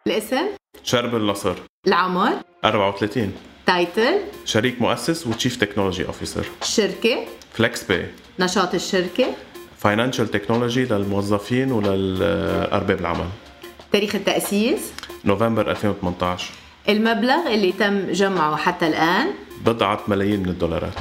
الاسم؟ شرب النصر. العمر؟ 34. تايتل؟ شريك مؤسس وتشيف تكنولوجي اوفيسر. الشركة؟ فليكس باي. نشاط الشركة؟ فاينانشال تكنولوجي للموظفين وللأرباب العمل. تاريخ التأسيس؟ نوفمبر 2018. المبلغ اللي تم جمعه حتى الآن؟ بضعة ملايين من الدولارات.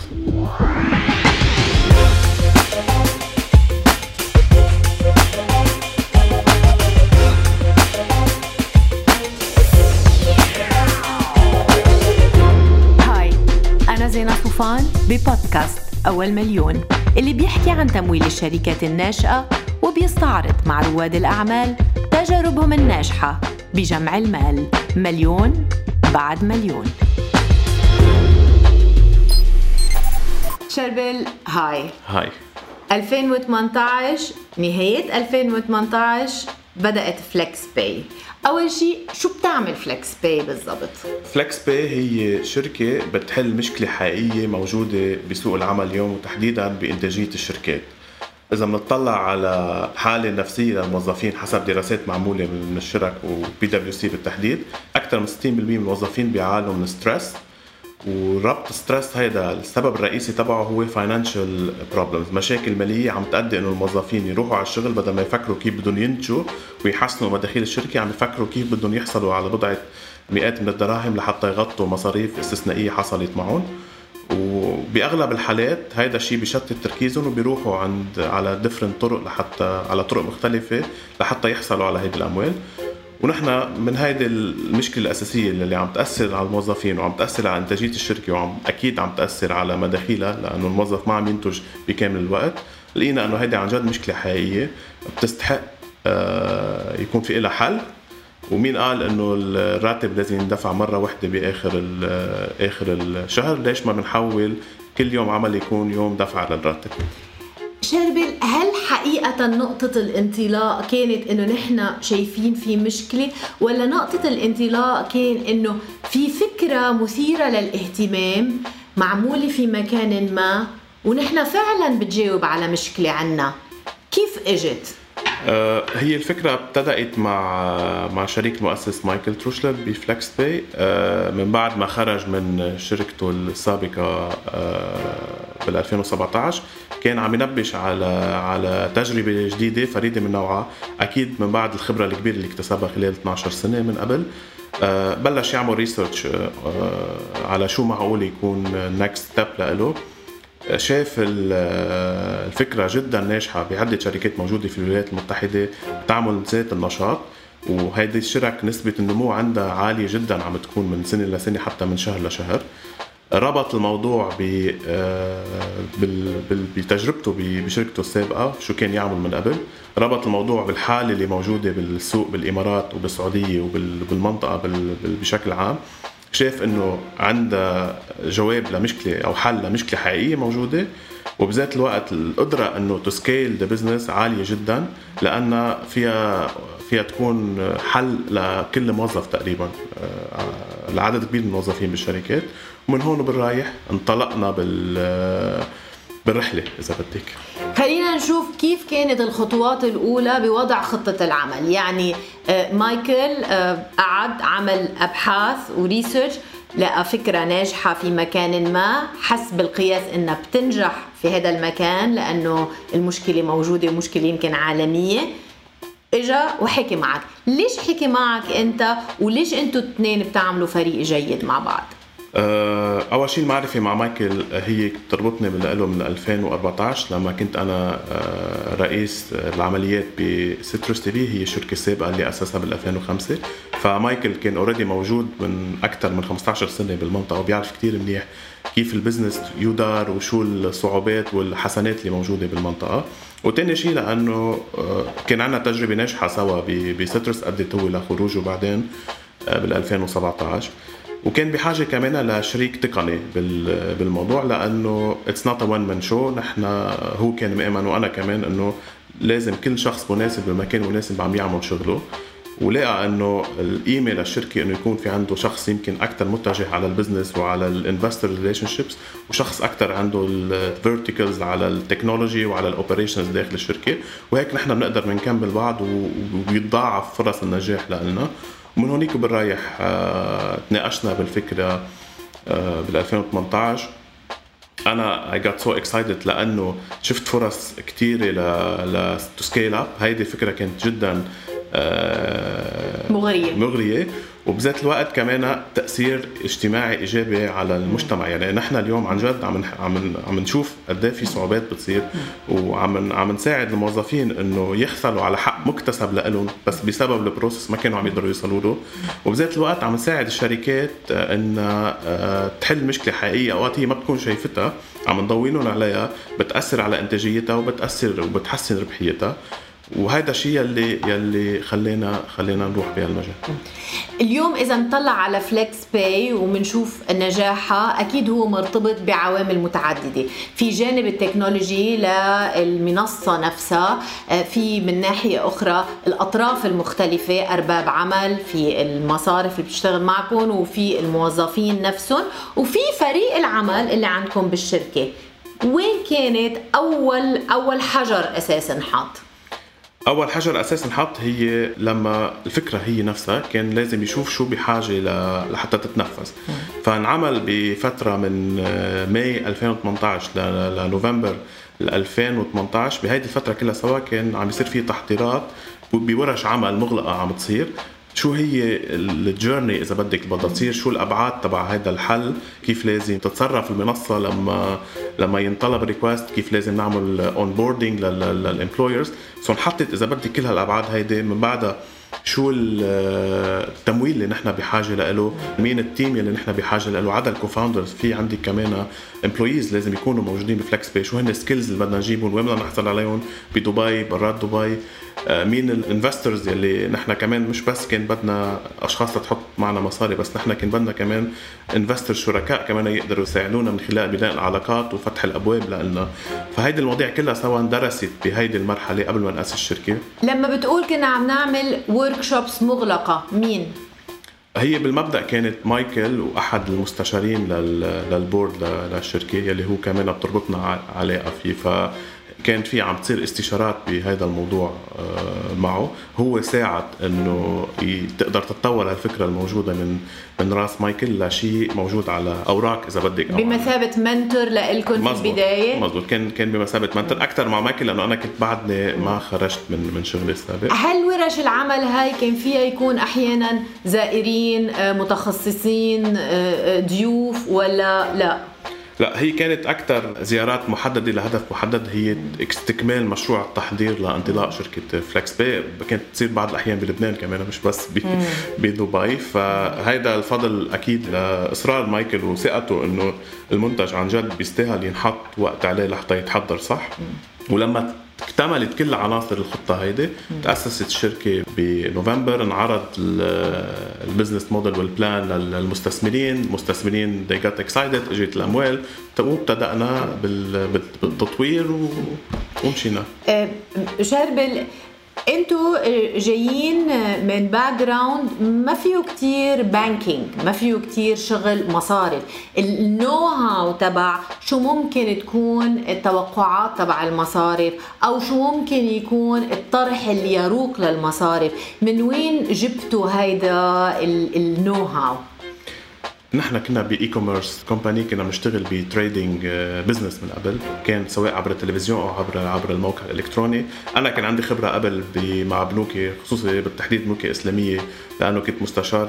أنا زينة صوفان ببودكاست أول مليون اللي بيحكي عن تمويل الشركات الناشئة وبيستعرض مع رواد الأعمال تجاربهم الناجحة بجمع المال مليون بعد مليون. شربل هاي 2018 نهاية 2018 بدأت فليكس باي. أول شيء شو بتعمل فليكس باي بالضبط؟ فليكس باي هي شركة بتحل مشكلة حقيقية موجودة بسوق العمل اليوم وتحديداً بإنتاجية الشركات. إذا بنطلع على حالة نفسية للموظفين حسب دراسات معمولة من الشرك وPwC بالتحديد، أكثر من 60% من الموظفين بيعانوا من ستريس، وربط ستريس هيدا السبب الرئيسي تبعه هو financial problems، مشاكل مالية عم تؤدي إنه الموظفين يروحوا على الشغل بدل ما يفكروا كيف بدهم ينتجوا ويحسنوا مداخيل الشركة، عم يفكروا كيف بدهم يحصلوا على بضعة مئات من الدراهم لحتى يغطوا مصاريف استثنائية حصلت معهم. وبأغلب الحالات هيدا الشيء بيشتت تركيزهم وبيروحوا على different طرق على طرق مختلفة لحتى يحصلوا على هيدي الأموال. ونحن من هيدي المشكلة الأساسية اللي عم تأثر على الموظفين وعم تأثر على إنتاجية الشركة أكيد عم تأثر على مداخيلها، لأنه الموظف ما عم ينتج بكامل الوقت. لقينا أنه هيدي عن جد مشكلة حقيقية بتستحق يكون في إلها حل. ومين قال إنه الراتب لازم يندفع مرة واحدة بآخر الشهر؟ ليش ما بنحول كل يوم عمل يكون يوم دفع للراتب؟ شربل، هل حقيقة نقطة الانطلاق كانت إنه نحن شايفين في مشكلة، ولا نقطة الانطلاق كان إنه في فكرة مثيرة للاهتمام معمولة في مكان ما ونحن فعلا بتجاوب على مشكلة عنا؟ كيف اجت؟ هي الفكرة ابتدأت مع شريك مؤسس مايكل تروشلر بفليكس باي من بعد ما خرج من شركته السابقة بال 2017. كان عم ينبش على تجربة جديدة فريدة من نوعها، أكيد من بعد الخبرة الكبيرة اللي اكتسبها خلال 12 سنة من قبل. بلش يعمل ريسيرش على شو معقول يكون next step لإله. شاف الفكرة جدا ناجحة بعدة شركات موجودة في الولايات المتحدة تعمل ذات النشاط، وهيدي الشرك نسبة النمو عندها عالية جدا، عم تكون من سنة لسنة حتى من شهر لشهر. ربط الموضوع بتجربته بشركته السابقة شو كان يعمل من قبل، ربط الموضوع بالحالة اللي موجودة بالسوق بالإمارات وبالسعودية وبالمنطقة بشكل عام. شايف انه عنده جواب لمشكله او حل لمشكله حقيقيه موجوده، وبذات الوقت القدره انه تسكيل ذا بزنس عاليه جدا، لان فيها تكون حل لكل موظف تقريبا، العدد كبير من الموظفين بالشركات. ومن هون بالرايح انطلقنا بالرحله اذا بدك. خلينا نشوف كيف كانت الخطوات الأولى بوضع خطة العمل. يعني مايكل قعد عمل أبحاث وريسيرش، لقى فكرة ناجحة في مكان ما، حس بالقياس إنها بتنجح في هذا المكان لأنه المشكلة موجودة ومشكلة يمكن عالمية. إجا وحكي معك. ليش حكي معك أنت، وليش أنتوا الاثنين بتعملوا فريق جيد مع بعض؟ أول شيء المعرفة مع مايكل هي تربطني بالله من 2014 لما كنت أنا رئيس العمليات بستروس تي في، هي الشركة السابقة اللي أسسها بال 2005. فمايكل كان أوريدي موجود من أكثر من 15 سنة بالمنطقة وبيعرف كتير منيح كيف البزنس يدار وشو الصعوبات والحسنات اللي موجودة بالمنطقة. وتاني شيء لأنه كان عنا تجربة ناجحة سوا بستروس أدت هو لخروجه بعدين بال 2017. وكان بحاجة كمان لشريك تقني بالموضوع، لأنه it's not a one man show. هو كان مؤمن وأنا كمان أنه لازم كل شخص مناسب بالمكان مناسب عم يعمل شغله. ولقى أنه القيمة للشركة أنه يكون في عنده شخص يمكن أكتر متجه على البزنس وعلى الانفستر ريليشنشيبس، وشخص أكتر عنده الفيرتيكلز على التكنولوجي وعلى الأوبريشنز داخل الشركة. وهيك نحن بنقدر نكمل بعض وبيتضاعف فرص النجاح لنا. ومن هونيك وبالرايح تناقشنا بالفكرة بال 2018. أنا I got so excited لأنه شفت فرص كتيرة to scale up. هيدي الفكرة كانت جدا مغرية وبذات الوقت كمان تأثير اجتماعي إيجابي على المجتمع. يعني نحن اليوم عن جد عم نشوف قد ايه في صعوبات بتصير، وعم نساعد الموظفين إنه يحصلوا على حق مكتسب لهم بس بسبب البروسس ما كانوا عم يقدروا يوصلوا له. وبذات الوقت عم نساعد الشركات إن تحل مشكلة حقيقية أوقات هي ما بتكون شايفتها، عم نضوينهم عليها، بتأثر على إنتاجيتها وبتحسن ربحيتها. وهذا الشيء يلي خلينا نروح بهالمجال. اليوم إذا نطلع على فليكس باي ومنشوف نجاحها، أكيد هو مرتبط بعوامل متعددة. في جانب التكنولوجي للمنصة نفسها، في من ناحية أخرى الأطراف المختلفة، أرباب عمل، في المصارف اللي بتشتغل معكم، وفي الموظفين نفسهم، وفي فريق العمل اللي عندكم بالشركة. وين كانت أول حجر أساساً حاط؟ أول حجر أساس نحط هي لما الفكرة هي نفسها كان لازم يشوف شو بحاجة لحتى تتنفذ. فنعمل بفترة من ماي 2018 لنوفمبر 2018. بهيدي الفترة كلها سوا كان عم يصير فيه تحضيرات بورش عمل مغلقة عم تصير. شو هي الجيرني إذا بدها تصير، شو الأبعاد تبع هذا الحل، كيف لازم تتصرف المنصة لما ينطلب ريكوست، كيف لازم نعمل اونبوردينج للامبلويرز. سو نحطت إذا بدك كل هالأبعاد هيدي. من بعدها شو التمويل اللي نحن بحاجة له، مين التيم اللي نحن بحاجة له، عدد الكوفاوندرز، في عندي كمان امبلويز لازم يكونوا موجودين بفليكس باي، شو هن السكيلز اللي بدنا نجيبهم وين بدنا نحصل عليهم بدبي برات دبي، مين الانفسترز اللي نحن كمان مش بس كان بدنا اشخاص تحط معنا مصاري، بس نحن كان بدنا كمان انفستر شركاء كمان يقدروا يساعدونا من خلال بناء العلاقات وفتح الابواب لنا. فهيدي المواضيع كلها سوا درست بهيدي المرحله قبل ما نأسس الشركه. لما بتقول كنا عم نعمل وركشوبس مغلقه، مين هي؟ بالمبدأ كانت مايكل وأحد المستشارين للبورد للشركة يلي هو كمان بتربطنا علاقة فيه. فكان في عم تصير استشارات بهذا الموضوع معه. هو ساعد إنه تقدر تتطور هالفكرة الموجودة من راس مايكل لشيء موجود على أوراق إذا بدك، بمثابة منتور لإلكم في البداية. مزبوط. كان بمثابة منتور أكتر مع مايكل لأنه أنا كنت بعدني ما خرجت من شغلي السابق. هل ورش العمل هاي كان فيها يكون أحيانا زائرين متخصصين ضيوف ولا لا؟ لا، هي كانت أكثر زيارات محددة لهدف محدد، هي استكمال مشروع التحضير لانطلاق شركة فليكس باي. كانت تصير بعض الأحيان بلبنان كمان، مش بس بدبي. فهيدا الفضل أكيد لإصرار مايكل وثقته إنه المنتج عن جد بيستاهل ينحط وقت عليه لحتى يتحضر صح. ولما اكتملت كل عناصر الخطة هيدي تأسست الشركة بنوفمبر. انعرض البزنس موديل والبلان للمستثمرين. المستثمرين they got excited، اجت الأموال وابتدأنا بالتطوير ومشينا. شربل، انتو جايين من باك جراوند ما فيه كتير بانكينج، ما فيه كتير شغل مصارف. النو هاو تبع شو ممكن تكون التوقعات تبع المصارف، او شو ممكن يكون الطرح اللي يروق للمصارف، من وين جبتوا هيدا النو هاو؟ نحن كنا بإي كوميرس كومباني، كنا بنشتغل بتريدينج بزنس من قبل، كان سواء عبر التلفزيون أو عبر الموقع الإلكتروني. أنا كان عندي خبرة قبل مع بنوك، خصوصا بالتحديد بنوك إسلامية، لأنه كنت مستشار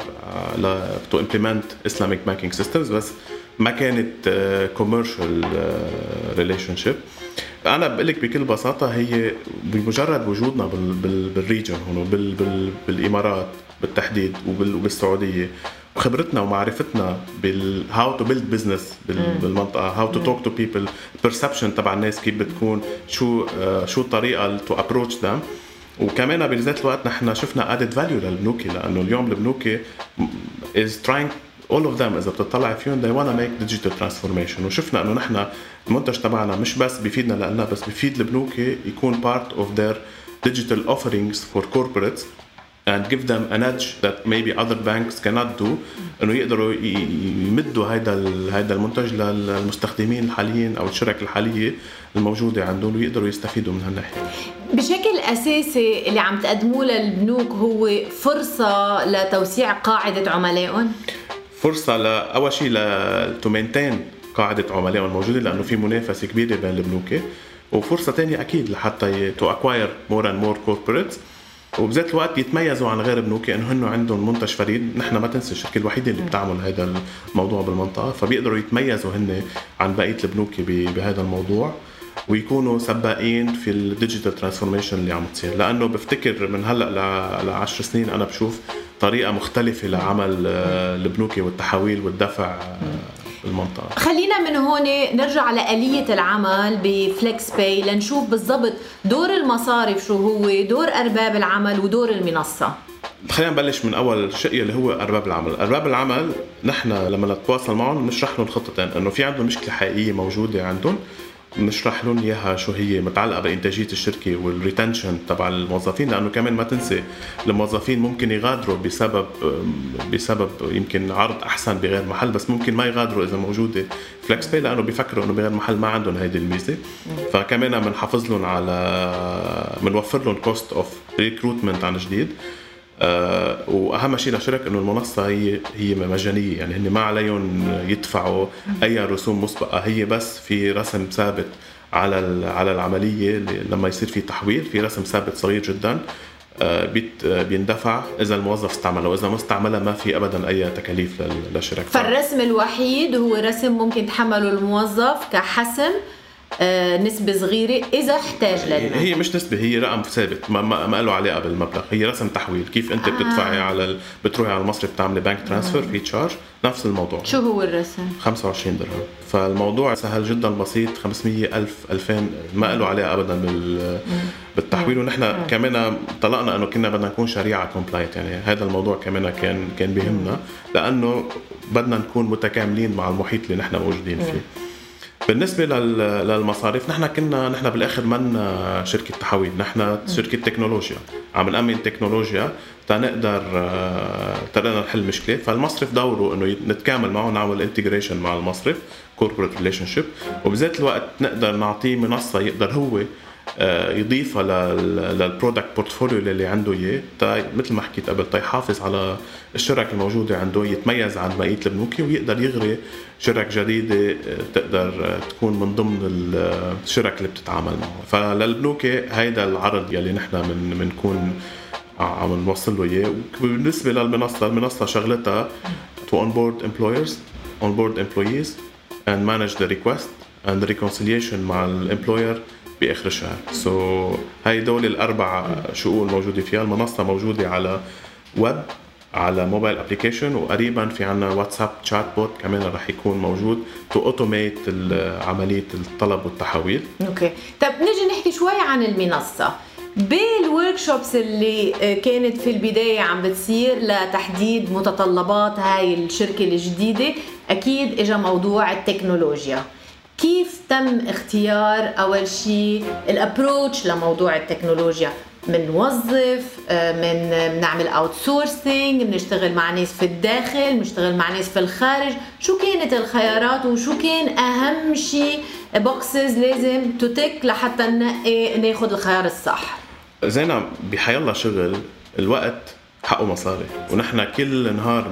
to implement Islamic banking systems، بس ما كانت commercial relationship. أنا بقولك بكل بساطة هي بمجرد وجودنا بالريجن هون بالإمارات بالتحديد وبالسعودية، وخبرتنا ومعرفتنا how to build business بالمنطقة، how to talk to people، perception تبع الناس كيف بتكون، شو الطريقة to approach them. وكمان بذات الوقت نحن شفنا added value للبنوكي، لأنه اليوم البنوكي is trying all of them إذا بتطلع فيهم they wanna make digital transformation. وشفنا أنه نحن المنتج تبعنا مش بس بيفيدنا لأننا، بس بيفيد البنوكي يكون part of their digital offerings for corporates and give them an edge that maybe other banks cannot do, انه يقدروا يمدوا هيدا المنتج للمستخدمين الحاليين او الشركاء الحاليه الموجوده عندهم ويقدروا يستفيدوا من هالناحيه. بشكل اساسي اللي عم تقدموه للبنوك هو فرصه لتوسيع قاعده عملائهم، فرصه اول شيء لتمنتين قاعده عملائهم الموجوده لانه في منافسه كبيره بين البنوك، وفرصه تانية اكيد لحتى to acquire more and more corporates، وبذات الوقت يتميزوا عن غير بنوك انه هن عندهم منتج فريد. نحن ما تنسى الشركه الوحيده اللي بتعمل هذا الموضوع بالمنطقه، فبيقدروا يتميزوا هن عن بقيه البنوك بهذا الموضوع ويكونوا سباقين في الديجيتال ترانسفورميشن اللي عم تصير. لانه بفتكر من هلا ل10 سنين انا بشوف طريقه مختلفه لعمل البنوك والتحويل والدفع بالمنطقة. خلينا من هون نرجع لآلية العمل بفليكس باي لنشوف بالضبط دور المصارف شو هو، دور أرباب العمل ودور المنصة. خلينا نبلش من أول شيء اللي هو أرباب العمل. أرباب العمل نحن لما نتواصل معهم نشرح لهم خطتين، إنه في عندهم مشكلة حقيقية موجودة عندهم نشرح لهم إياها شو هي متعلقة بإنتاجية الشركة والريتنشن تبع الموظفين، لأنه كمان ما تنسي الموظفين ممكن يغادروا بسبب يمكن عرض أحسن بغير محل، بس ممكن ما يغادروا إذا موجودة فليكس باي لأنه بيفكروا إنه بغير محل ما عندهم هيدي الميزة. فكمان بنحافظ لهم على بنوفر لهم كوست أوف ريكروتمنت عن جديد. واهم شيء للشركه انه المنصه هي مجانيه، يعني هن ما عليهم يدفعوا اي رسوم مسبقه، هي بس في رسم ثابت على العمليه لما يصير في تحويل، في رسم ثابت صغير جدا بيندفع اذا الموظف استعمله، واذا ما استعملها ما في ابدا اي تكاليف للشركه. فالرسم الوحيد هو رسم ممكن تحمله الموظف كحسم نسبة صغيرة إذا احتاج للمال. هي مش نسبة، هي رقم ثابت ما له علاقة بالمبلغ، هي رسم تحويل. كيف أنت بتدفعي بتروحي على المصرف بتعملي بانك ترانسفير في تشارج، نفس الموضوع. شو هو الرسم؟ 25 درهم. فالموضوع سهل جدا بسيط، 500 ألف 2000 ما له علاقة أبدا بالتحويل. ونحن كمان طلقنا أنه كنا بدنا نكون شريعة كومبلاينت، يعني هذا الموضوع كمان كان بيهمنا لأنه بدنا نكون متكاملين مع المحيط اللي نحن موجودين فيه. بالنسبة للمصارف نحن بالآخر من شركة تحويل، نحن شركة تكنولوجيا عم نأمن تكنولوجيا تنقدر نحل مشكلة. فالمصرف دوره إنه نتكامل معه، نعمل انتجريشن مع المصرف corporate relationship، وبذات الوقت نقدر نعطيه منصة يقدر هو يضيفها للبرودكت بورتفوليو اللي عنده اياه، مثل ما حكيت قبل يحافظ على الشركة الموجودة عنده، يتميز عن بقية البنوك ويقدر يغري شركة جديدة تقدر تكون من ضمن الشركة اللي بتتعامل معه. فللبنوك هيدا العرض يلي نحن بنكون عم نوصل له اياه. وبالنسبة للمنصة، المنصة شغلتها to onboard employees and manage the request and the reconciliation مع الامبلوير بآخر الشهر. هاي دول الأربع شؤون موجودة فيها. المنصة موجودة على ويب، على موبايل ابليكيشن، وقريبا في عنا واتساب تشات بوت كمان رح يكون موجود تو اوتوميت عملية الطلب والتحويل. اوكي، طب نيجي نحكي شوي عن المنصة. بالوركشوبس اللي كانت في البداية عم بتصير لتحديد متطلبات هاي الشركة الجديدة، أكيد إجا موضوع التكنولوجيا. كيف تم اختيار أول شيء الابروتش لموضوع التكنولوجيا؟ منوظف، بنعمل اوتسورسينج، بنشتغل مع ناس في الداخل، بنشتغل مع ناس في الخارج؟ شو كانت الخيارات وشو كان أهم شيء بوكسز لازم تتك لحتى ناخد الخيار الصح؟ زينا بحيالله شغل الوقت حقه مصاري، ونحن كل نهار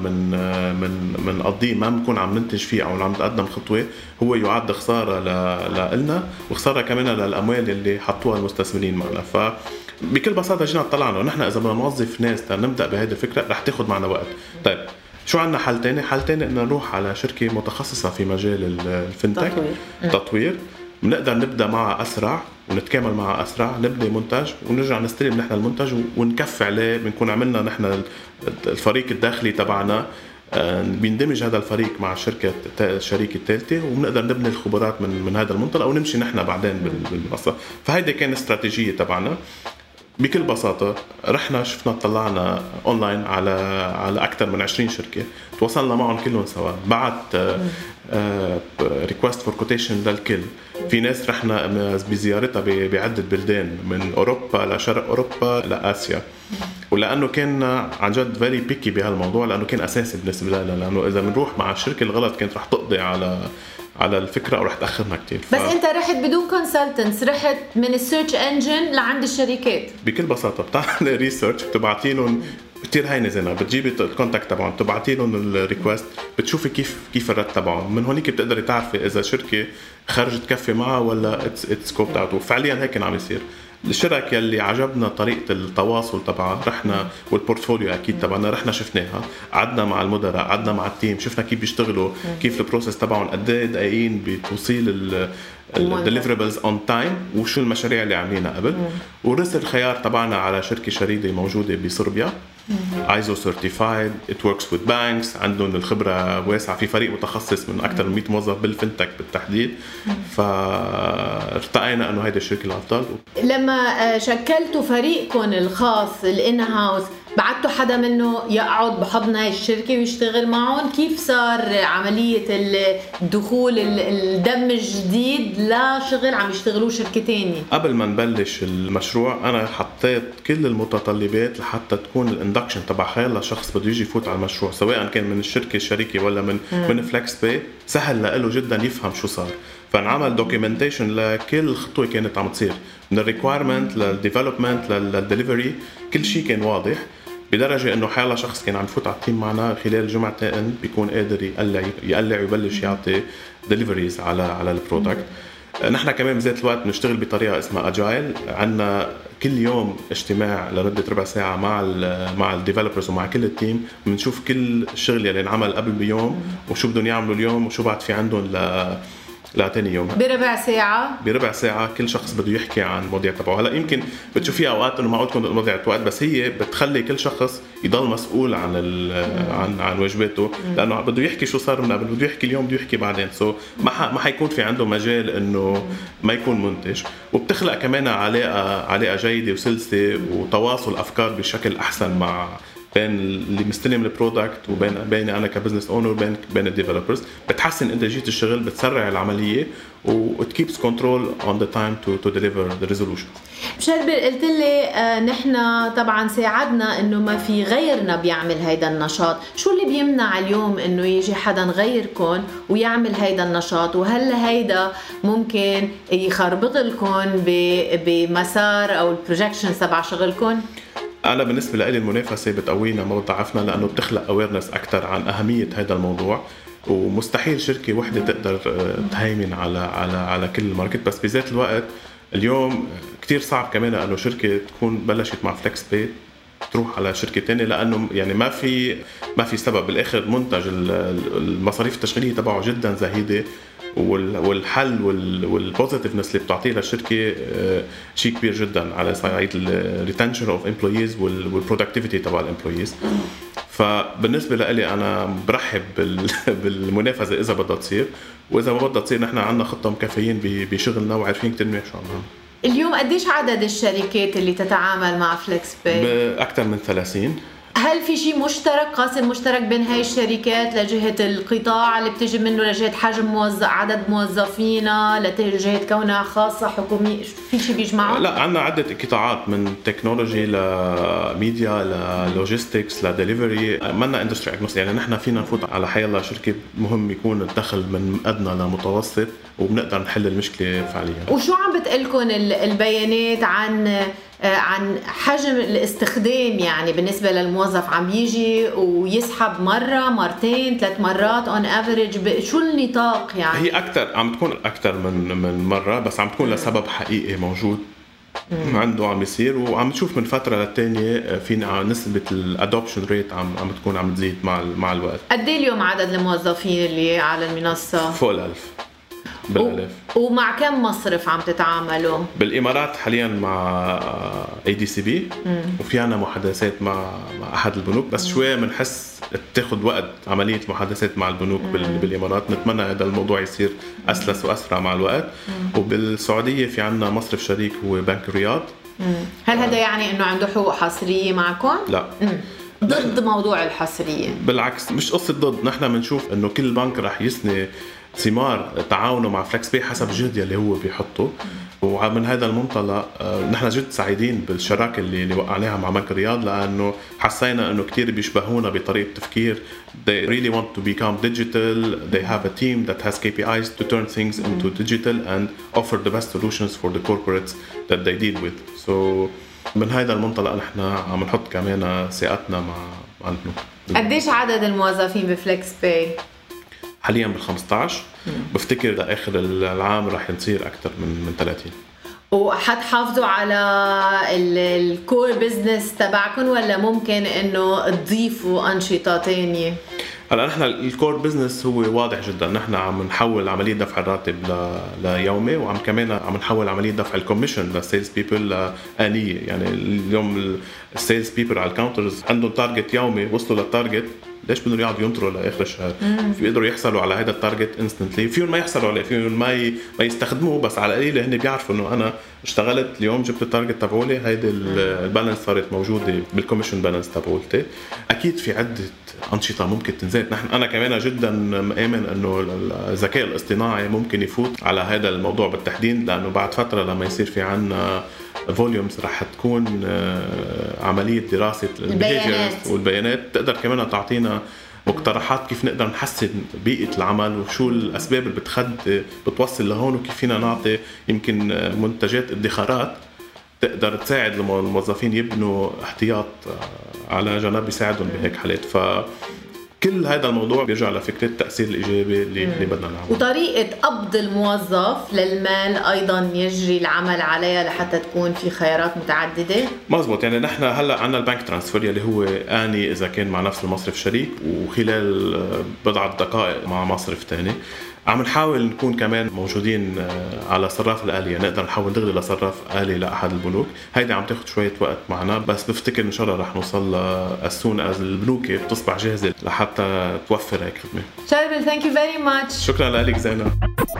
من قضيه ما بنكون عم ننتج فيه او عم نتقدم خطوه هو يعد خساره لنا وخساره كمان للاموال اللي حطوها المستثمرين معنا. فبكل بساطه جينا طلعنا ونحن اذا بدنا نوظف ناس نبدا بهذه الفكره رح تاخذ معنا وقت. طيب شو عنا حل تاني ان نروح على شركه متخصصه في مجال الفنتك تطوير. بنقدر نبدا معها اسرع ونتكامل معها اسرع، نبني منتج ونرجع نستلم نحن المنتج ونكفي عليه. بنكون عملنا نحن الفريق الداخلي تبعنا، بيندمج هذا الفريق مع الشركه الثالثه، وبنقدر نبني الخبرات من هذا المنطلق ونمشي نحن بعدين بالمنصه. فهيدي كانت استراتيجيه تبعنا بكل بساطه. رحنا شفنا طلعنا اونلاين على اكثر من 20 شركه، تواصلنا معهم كلهم سوا، بعت ريكوست فور كوتيشن للكل. في ناس رحنا بزيارتها بعدة بلدان من أوروبا لشرق أوروبا لآسيا، ولانه كان عن جد فيري بيكي بهالموضوع، لانه كان اساسي بالنسبه لنا، لانه اذا بنروح مع الشركه الغلط كانت رح تقضي على الفكره او رح تاخرنا كتير. بس انت رحت بدون كونسلتنس، رحت من السيرش انجن لعند الشركات بكل بساطه. بتعمل ريسيرش، بتبعتي لهم كتير هينه زينه، بتجيبي الكونتاكت تبعهم، بتبعتي لهم الريكوست، بتشوفي كيف الرد تبعهم، من هونيك بتقدري تعرفي اذا شركه خرج تكفي معها ولا اتس كوبت اوت. وفعليا هيك كان عم يصير. الشركة اللي عجبنا طريقة التواصل تبعها رحنا، والبورتفوليو أكيد تبعنا رحنا شفناها، قعدنا مع المدراء، قعدنا مع التيم، شفنا كيف بيشتغلوا، كيف البروسيس تبعهم قد ايه دقيقين بتوصيل الديليفربلز اون تايم، وشو المشاريع اللي عاملينها قبل. ورسل الخيار تبعنا على شركة شريدة موجودة بصربيا، ISO certified, it works with banks، عندهم الخبرة واسعة، في فريق متخصص من أكثر من 100 موظف بالفنتك بالتحديد. فارتقينا أنه هيدا الشركة الأفضل. لما شكلتوا فريقكم الخاص الان هاوس، بعتوا حدا منه يقعد بحضن هاي الشركة ويشتغل معهم؟ كيف صار عملية الدخول الدم الجديد لشغل عم يشتغلوه شركة تانية؟ قبل ما نبلش المشروع أنا حطيت كل المتطلبات لحتى تكون الاندكشن تبع خيال شخص بده يجي يفوت على المشروع، سواء كان من الشركة الشريكة ولا من فليكس باي، سهل له جدا يفهم شو صار. فنعمل دوكيومنتيشن لكل خطوة كانت عم تصير، من الريكويرمنت للديفلوبمنت للدليفري، كل شيء كان واضح، بدرجة انه حيلا شخص كان عم يفوت على التيم معنا خلال جمعتين بيكون قادر يقلع ويبلش يعطي دليفريز على البرودكت. نحن كمان بذات الوقت بنشتغل بطريقة اسمها اجايل، عنا كل يوم اجتماع لمدة ربع ساعة مع الديفلوبرز ومع كل التيم، بنشوف كل الشغل اللي انعمل قبل بيوم وشو بدهم يعملوا اليوم وشو بعد في عندهم تاني يوم. بربع ساعة كل شخص بده يحكي عن المواضيع تبعه. هلا يمكن بتشوفي اوقات انه ما عودكم المواضيع وقت، بس هي بتخلي كل شخص يضل مسؤول عن واجباته، لانه بده يحكي شو صار من قبل، بده يحكي اليوم، بده يحكي بعدين. ما حيكون في عنده مجال انه ما يكون منتج. وبتخلق كمان علاقة جيدة وسلسة وتواصل افكار بشكل احسن مع بين اللي مستلم البرودكت وبين انا كبزنس اونر بين الديفلوبرز. بتحسن انتاجيه الشغل، بتسرع العمليه، وit keeps control on the time to deliver the resolution. مشاربل، قلت لي نحن طبعا ساعدنا انه ما في غيرنا بيعمل هيدا النشاط. شو اللي بيمنع اليوم انه يجي حدا غيركم ويعمل هيدا النشاط؟ وهل هيدا ممكن يخربط لكم بمسار او البروجكشن تبع شغلكم؟ أنا بالنسبة لي المنافسة بتقوينا ما بتضعفنا، لأنه بتخلق awareness أكتر عن أهمية هذا الموضوع. ومستحيل شركة واحدة تقدر تهيمن على كل الماركت. بس بذات الوقت اليوم كتير صعب كمان أنه شركة تكون بلشت مع فليكس باي تروح على شركة تانية، لأنه يعني ما في سبب. بالآخر منتج المصاريف التشغيلية تبعه جدا زهيدة، والحل والبوزيتيفنس اللي بتعطيه للشركه شيء كبير جدا على صعيد الريتنشن اوف امبلويز والبرودكتيفيتي تبع الامبلويز. فبالنسبه لي انا برحب بالمنافسه اذا بدها تصير، واذا ما بدها تصير نحن عندنا خطه مكفيين بشغلنا وعارفين كثير منيح شو عم نعمل. اليوم قديش عدد الشركات اللي تتعامل مع فليكس باي؟ اكثر من 30. هل في شيء مشترك، قاسم مشترك بين هاي الشركات لجهة القطاع اللي بتجي منه، لجهة حجم عدد موظفينا، لجهة كونها خاصة حكومية؟ في شيء بيجمعهم؟ لا، عندنا عدة قطاعات، من تكنولوجي لميديا للوجيستكس لدليفري. منا اندستري اجنوستيك، يعني نحن فينا نفوت على حيالله شركة مهم يكون الدخل من أدنى لمتوسط وبنقدر نحل المشكلة فعليا. وشو عم بتقلكن البيانات عن حجم الاستخدام؟ يعني بالنسبة للموظف عم يجي ويسحب مرة مرتين 3 مرات on average، شو النطاق يعني؟ هي عم تكون أكتر من مرة، بس عم تكون لسبب حقيقي موجود عنده عم يصير. وعم تشوف من فترة للتانية في نسبة الادوبشن ريت عم تكون عم تزيد مع الوقت. قد ايه اليوم عدد الموظفين اللي على المنصة؟ فوق 1000 بالألاف. ومع كم مصرف عم تتعاملوا؟ بالإمارات حاليا مع ADCB، وفي عنا محادثات مع أحد البنوك، بس شوية بنحس تاخد وقت عملية محادثات مع البنوك بالإمارات. نتمنى هذا الموضوع يصير أسلس وأسرع مع الوقت. وبالسعودية في عنا مصرف شريك هو بنك الرياض. هل هذا يعني إنه عنده حقوق حصرية معكم؟ لا. ضد موضوع الحصرية؟ بالعكس، مش قصة ضد. نحن بنشوف إنه كل بنك رح يسني ثمار تعاونه مع فليكس باي حسب الجهد اللي هو بيحطه. ومن هذا المنطلق نحن جد سعيدين بالشراكة اللي وقعناها مع بنك الرياض، لأنه حسينا أنه كتير بيشبهونا بطريقة تفكير. They really want to become digital. They have a team that has KPIs to turn things into digital and offer the best solutions for the corporates that they deal with. So من هذا المنطلق نحن عم نحط كمان ثقتنا مع البنوك. قديش عدد الموظفين بفليكس باي؟ حاليا بال15. بفتكر لآخر العام رح نصير أكثر من 30. وحتحافظوا على الكور بزنس تبعكم ولا ممكن انه تضيفوا انشطه تانية؟ هلا نحن الكور بزنس هو واضح جدا. نحن عم نحول عمليه دفع الراتب ليومي، وعم كمان عم نحول عمليه دفع الكوميشن للسيلز بيبل لآنية. يعني اليوم السيلز بيبل على الكاونترز عندهم تارجت يومي، وصلوا للتارجت ليش بدهم يقعدوا ينطروا لاخر الشهر؟ بيقدروا يحصلوا على هذا التارجت انستنتلي. فيهم ما يحصلوا عليه، فيهم ما يستخدموه، بس على القليله هن بيعرفوا انه انا اشتغلت اليوم جبت التارجت تبعولي. هيدي البالانس صارت موجوده بالكوميشن بالانس تبعولتي. اكيد في عده انشطه ممكن تنزل. انا كمان جدا مآمن انه الذكاء الاصطناعي ممكن يفوت على هذا الموضوع بالتحديد، لانه بعد فتره لما يصير في عنا فوليومز رح تكون عمليه دراسه البيهيفيرز والبيانات تقدر كمان تعطينا مقترحات كيف نقدر نحسن بيئة العمل، وشو الأسباب اللي بتوصل لهون، وكيف فينا نعطي يمكن منتجات ادخارات تقدر تساعد الموظفين يبنوا احتياط على جنب يساعدهم بهيك حالات. كل هذا الموضوع بيرجع لفكرة التأثير الإيجابي اللي بدنا نعمله. وطريقة قبض الموظف للمال أيضا يجري العمل عليها لحتى تكون في خيارات متعددة. مزبوط. يعني نحن هلأ عنا البنك ترانسفير اللي هو آني إذا كان مع نفس المصرف شريك، وخلال بضعة دقائق مع مصرف تاني. عم نحاول نكون كمان موجودين على صراف الآلية، نقدر نحاول نغلي لصراف آلي لأحد البنوك. هيدا عم تاخد شوية وقت معنا، بس بفتكر إن شاء الله رح نوصل السون از البنوك بتصبح جاهزة لحتى توفر هيك خدمة. شاربل, thank you very much. شكرا لك زينب.